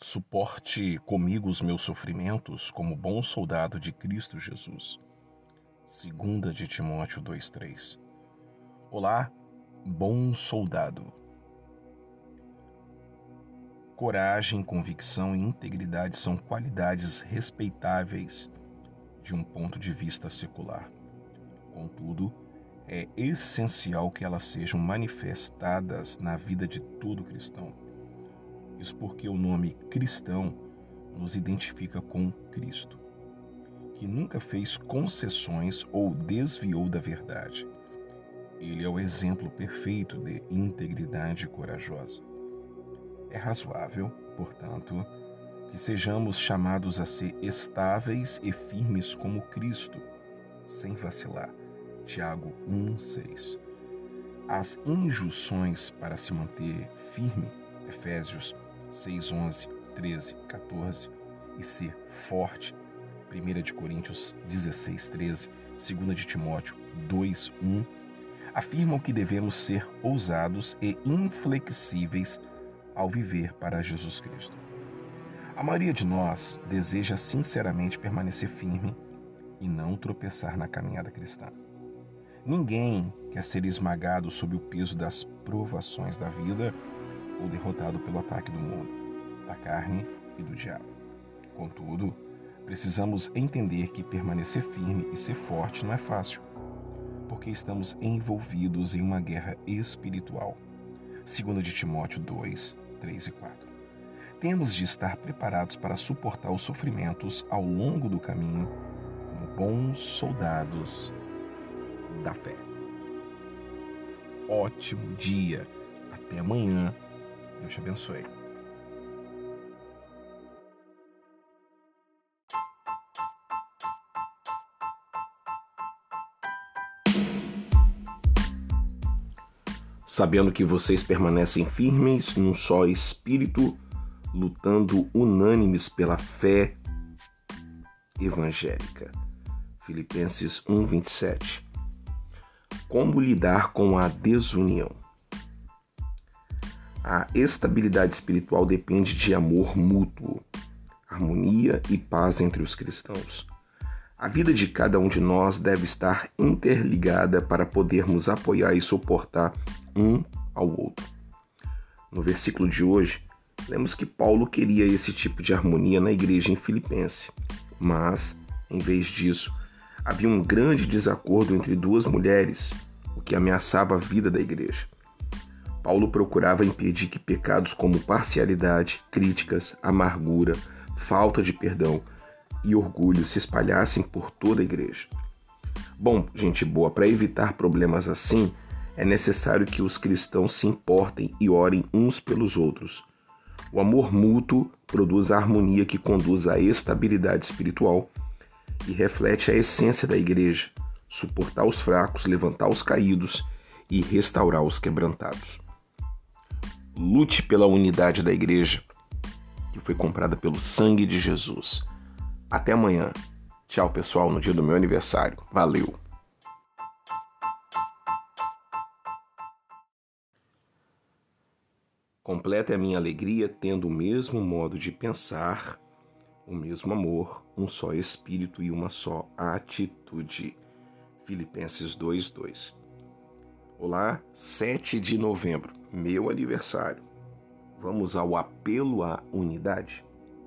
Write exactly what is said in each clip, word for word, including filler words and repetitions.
Suporte comigo os meus sofrimentos como bom soldado de Cristo Jesus. Segunda de Timóteo dois, três. Olá, bom soldado. Coragem, convicção e integridade são qualidades respeitáveis de um ponto de vista secular. Contudo, é essencial que elas sejam manifestadas na vida de todo cristão. Isso porque o nome cristão nos identifica com Cristo, que nunca fez concessões ou desviou da verdade. Ele é o exemplo perfeito de integridade corajosa. É razoável, portanto, que sejamos chamados a ser estáveis e firmes como Cristo, sem vacilar. Tiago um, seis. As injunções para se manter firme, Efésios seis, onze, treze, quatorze, e ser forte, primeira de Coríntios dezesseis, treze, segunda de Timóteo dois, um, afirmam que devemos ser ousados e inflexíveis ao viver para Jesus Cristo. A maioria de nós deseja sinceramente permanecer firme e não tropeçar na caminhada cristã. Ninguém quer ser esmagado sob o peso das provações da vida ou derrotado pelo ataque do mundo, da carne e do diabo. Contudo, precisamos entender que permanecer firme e ser forte não é fácil, porque estamos envolvidos em uma guerra espiritual. Segunda de Timóteo dois, três e quatro. Temos de estar preparados para suportar os sofrimentos ao longo do caminho, como bons soldados da fé. Ótimo dia! Até amanhã. Deus te abençoe. Sabendo que vocês permanecem firmes num só espírito, lutando unânimes pela fé evangélica. Filipenses um, vinte e sete. Como lidar com a desunião? A estabilidade espiritual depende de amor mútuo, harmonia e paz entre os cristãos. A vida de cada um de nós deve estar interligada para podermos apoiar e suportar um ao outro. No versículo de hoje, lemos que Paulo queria esse tipo de harmonia na igreja em Filipense, mas, em vez disso, havia um grande desacordo entre duas mulheres, o que ameaçava a vida da igreja. Paulo procurava impedir que pecados como parcialidade, críticas, amargura, falta de perdão e orgulho se espalhassem por toda a igreja. Bom, gente boa, para evitar problemas assim, é necessário que os cristãos se importem e orem uns pelos outros. O amor mútuo produz a harmonia que conduz à estabilidade espiritual e reflete a essência da igreja, suportar os fracos, levantar os caídos e restaurar os quebrantados. Lute pela unidade da igreja, que foi comprada pelo sangue de Jesus. Até amanhã. Tchau, pessoal, no dia do meu aniversário. Valeu! Complete a minha alegria tendo o mesmo modo de pensar, o mesmo amor, um só espírito e uma só atitude. Filipenses dois, dois. Olá, sete de novembro, meu aniversário. Vamos ao apelo à unidade?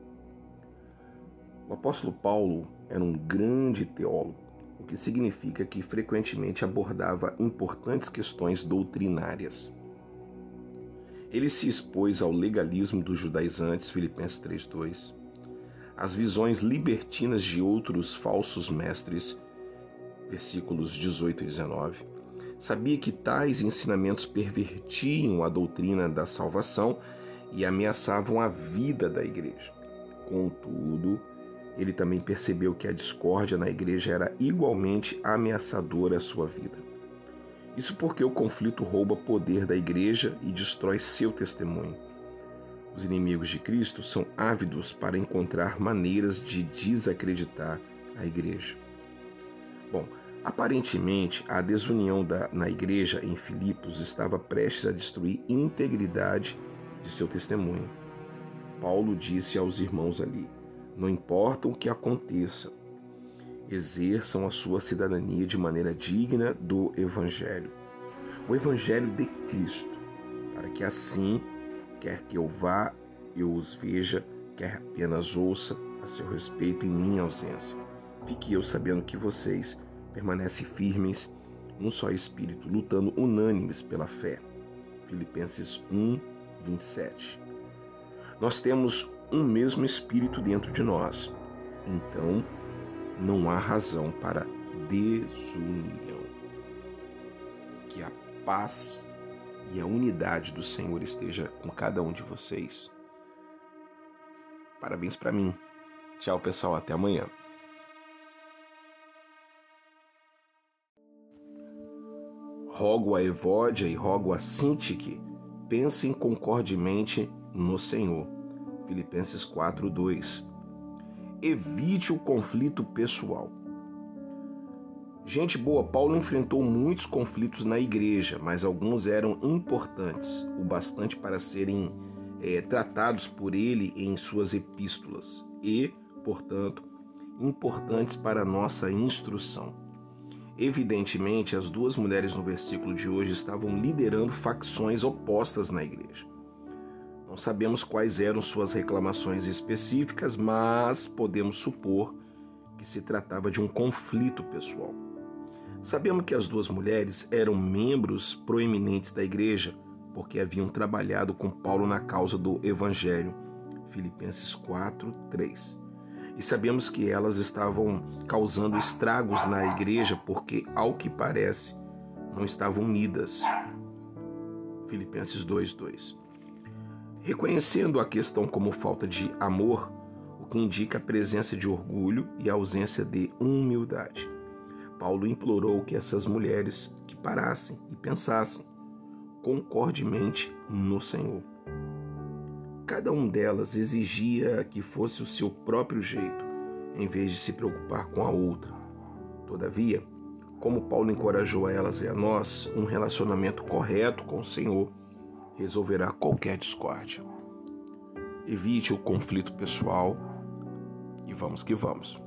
O apóstolo Paulo era um grande teólogo, o que significa que frequentemente abordava importantes questões doutrinárias. Ele se expôs ao legalismo dos judaizantes, Filipenses três, dois, às visões libertinas de outros falsos mestres, versículos dezoito e dezenove. Sabia que tais ensinamentos pervertiam a doutrina da salvação e ameaçavam a vida da igreja. Contudo, ele também percebeu que a discórdia na igreja era igualmente ameaçadora à sua vida. Isso porque o conflito rouba poder da igreja e destrói seu testemunho. Os inimigos de Cristo são ávidos para encontrar maneiras de desacreditar a igreja. Bom, aparentemente, a desunião da, na igreja em Filipos estava prestes a destruir a integridade de seu testemunho. Paulo disse aos irmãos ali: não importa o que aconteça, exerçam a sua cidadania de maneira digna do Evangelho. O Evangelho de Cristo, para que assim, quer que eu vá, eu os veja, quer apenas ouça a seu respeito em minha ausência. Fique eu sabendo que vocês permanecem firmes num só espírito, lutando unânimes pela fé. Filipenses um, vinte e sete. Nós temos um mesmo espírito dentro de nós, então não há razão para desunião. Que a paz e a unidade do Senhor esteja com cada um de vocês. Parabéns para mim. Tchau, pessoal. Até amanhã. Rogo a Evódia e rogo a Sintique, pensem concordemente no Senhor. Filipenses quatro, dois. Evite o conflito pessoal. Gente boa, Paulo enfrentou muitos conflitos na igreja, mas alguns eram importantes, o bastante para serem é, tratados por ele em suas epístolas e, portanto, importantes para a nossa instrução. Evidentemente, as duas mulheres no versículo de hoje estavam liderando facções opostas na igreja. Não sabemos quais eram suas reclamações específicas, mas podemos supor que se tratava de um conflito pessoal. Sabemos que as duas mulheres eram membros proeminentes da igreja, porque haviam trabalhado com Paulo na causa do Evangelho. Filipenses quatro, três. E sabemos que elas estavam causando estragos na igreja porque, ao que parece, não estavam unidas. Filipenses dois, dois. Reconhecendo a questão como falta de amor, o que indica a presença de orgulho e a ausência de humildade, Paulo implorou que essas mulheres que parassem e pensassem concordemente no Senhor. Cada uma delas exigia que fosse o seu próprio jeito, em vez de se preocupar com a outra. Todavia, como Paulo encorajou a elas e a nós, um relacionamento correto com o Senhor resolverá qualquer discórdia. Evite o conflito pessoal e vamos que vamos.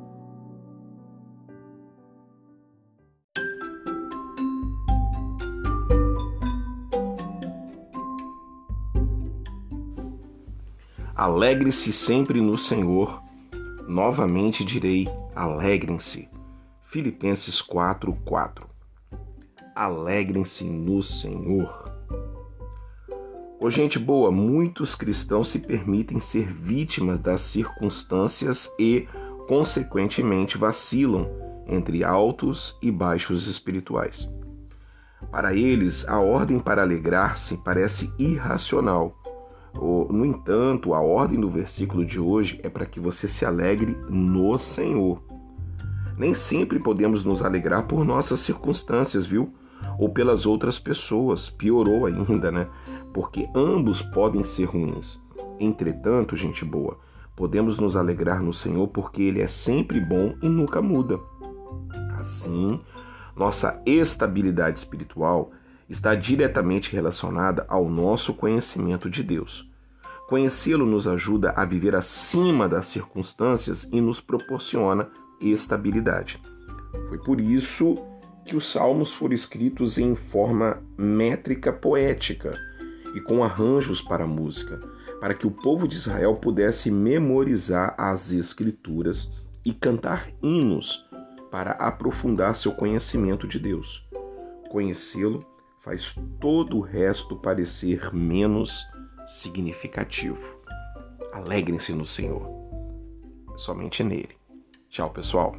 Alegre-se sempre no Senhor. Novamente direi, alegrem-se. Filipenses quatro, quatro. Alegrem-se no Senhor. Ô, gente boa, muitos cristãos se permitem ser vítimas das circunstâncias e, consequentemente, vacilam entre altos e baixos espirituais. Para eles, a ordem para alegrar-se parece irracional. No entanto, a ordem do versículo de hoje é para que você se alegre no Senhor. Nem sempre podemos nos alegrar por nossas circunstâncias, viu? Ou pelas outras pessoas, piorou ainda, né? Porque ambos podem ser ruins. Entretanto, gente boa, podemos nos alegrar no Senhor porque Ele é sempre bom e nunca muda. Assim, nossa estabilidade espiritual está diretamente relacionada ao nosso conhecimento de Deus. Conhecê-lo nos ajuda a viver acima das circunstâncias e nos proporciona estabilidade. Foi por isso que os salmos foram escritos em forma métrica poética e com arranjos para a música, para que o povo de Israel pudesse memorizar as escrituras e cantar hinos para aprofundar seu conhecimento de Deus. Conhecê-lo faz todo o resto parecer menos significativo. Alegrem-se no Senhor. Somente nele. Tchau, pessoal.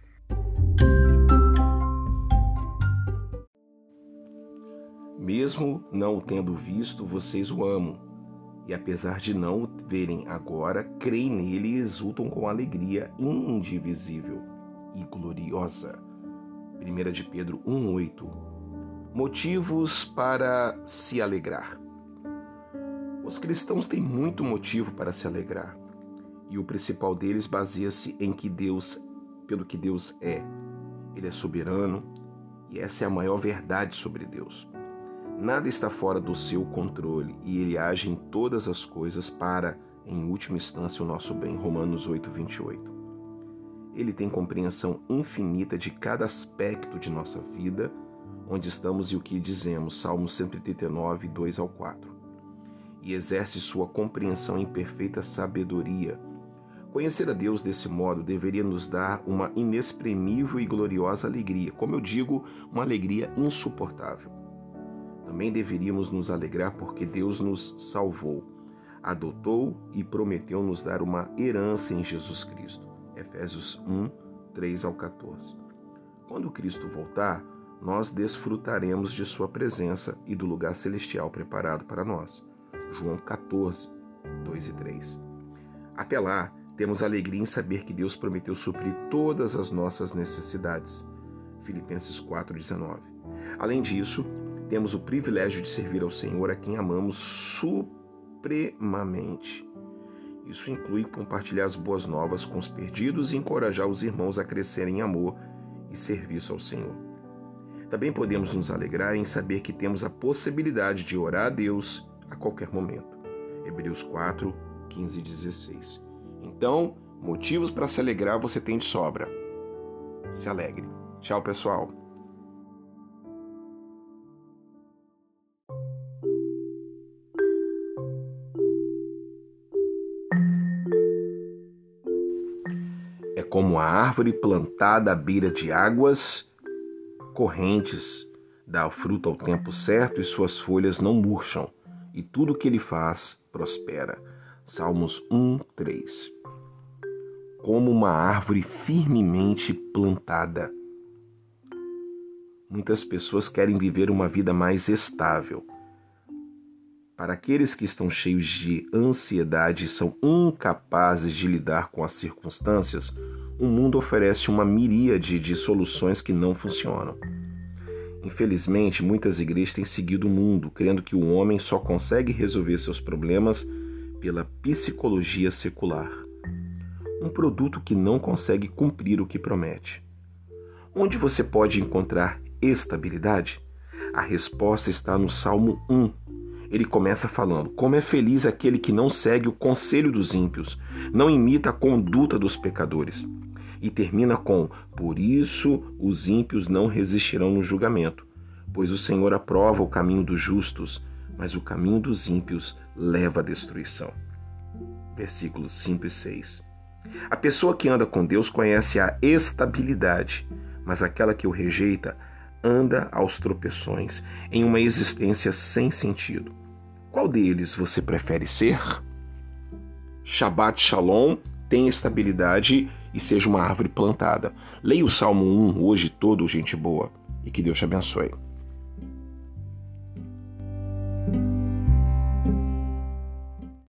Mesmo não o tendo visto, vocês o amam. E apesar de não o verem agora, creem nele e exultam com alegria indivisível e gloriosa. primeira de Pedro um, oito. Motivos para se alegrar. Os cristãos têm muito motivo para se alegrar, e o principal deles baseia-se em que Deus, pelo que Deus é. Ele é soberano, e essa é a maior verdade sobre Deus. Nada está fora do seu controle, e ele age em todas as coisas para em última instância, o nosso bem. Romanos oito, vinte e oito. Ele tem compreensão infinita de cada aspecto de nossa vida, onde estamos e o que dizemos. Salmos cento e oitenta e nove, dois ao quatro. E exerce sua compreensão em perfeita sabedoria. Conhecer a Deus desse modo deveria nos dar uma inexprimível e gloriosa alegria, como eu digo, uma alegria insuportável. Também deveríamos nos alegrar porque Deus nos salvou, adotou e prometeu nos dar uma herança em Jesus Cristo. Efésios um, três ao quatorze. Quando Cristo voltar, nós desfrutaremos de sua presença e do lugar celestial preparado para nós. João quatorze, dois e três. Até lá, temos alegria em saber que Deus prometeu suprir todas as nossas necessidades. Filipenses quatro, dezenove. Além disso, temos o privilégio de servir ao Senhor, a quem amamos supremamente. Isso inclui compartilhar as boas novas com os perdidos e encorajar os irmãos a crescerem em amor e serviço ao Senhor. Também podemos nos alegrar em saber que temos a possibilidade de orar a Deus a qualquer momento. Hebreus quatro, quinze e dezesseis. Então, motivos para se alegrar você tem de sobra. Se alegre. Tchau, pessoal. É como a árvore plantada à beira de águas correntes, dá fruto ao tempo certo e suas folhas não murcham, e tudo o que ele faz prospera. Salmos um, três. Como uma árvore firmemente plantada. Muitas pessoas querem viver uma vida mais estável. Para aqueles que estão cheios de ansiedade e são incapazes de lidar com as circunstâncias, o mundo oferece uma miríade de soluções que não funcionam. Infelizmente, muitas igrejas têm seguido o mundo, crendo que o homem só consegue resolver seus problemas pela psicologia secular. Um produto que não consegue cumprir o que promete. Onde você pode encontrar estabilidade? A resposta está no Salmo um. Ele começa falando: como é feliz aquele que não segue o conselho dos ímpios, não imita a conduta dos pecadores. E termina com: por isso os ímpios não resistirão no julgamento, pois o Senhor aprova o caminho dos justos, mas o caminho dos ímpios leva à destruição. Versículos cinco e seis. A pessoa que anda com Deus conhece a estabilidade, mas aquela que o rejeita anda aos tropeções, em uma existência sem sentido. Qual deles você prefere ser? Shabbat Shalom, tenha estabilidade e seja uma árvore plantada. Leia o Salmo um hoje todo, gente boa, e que Deus te abençoe.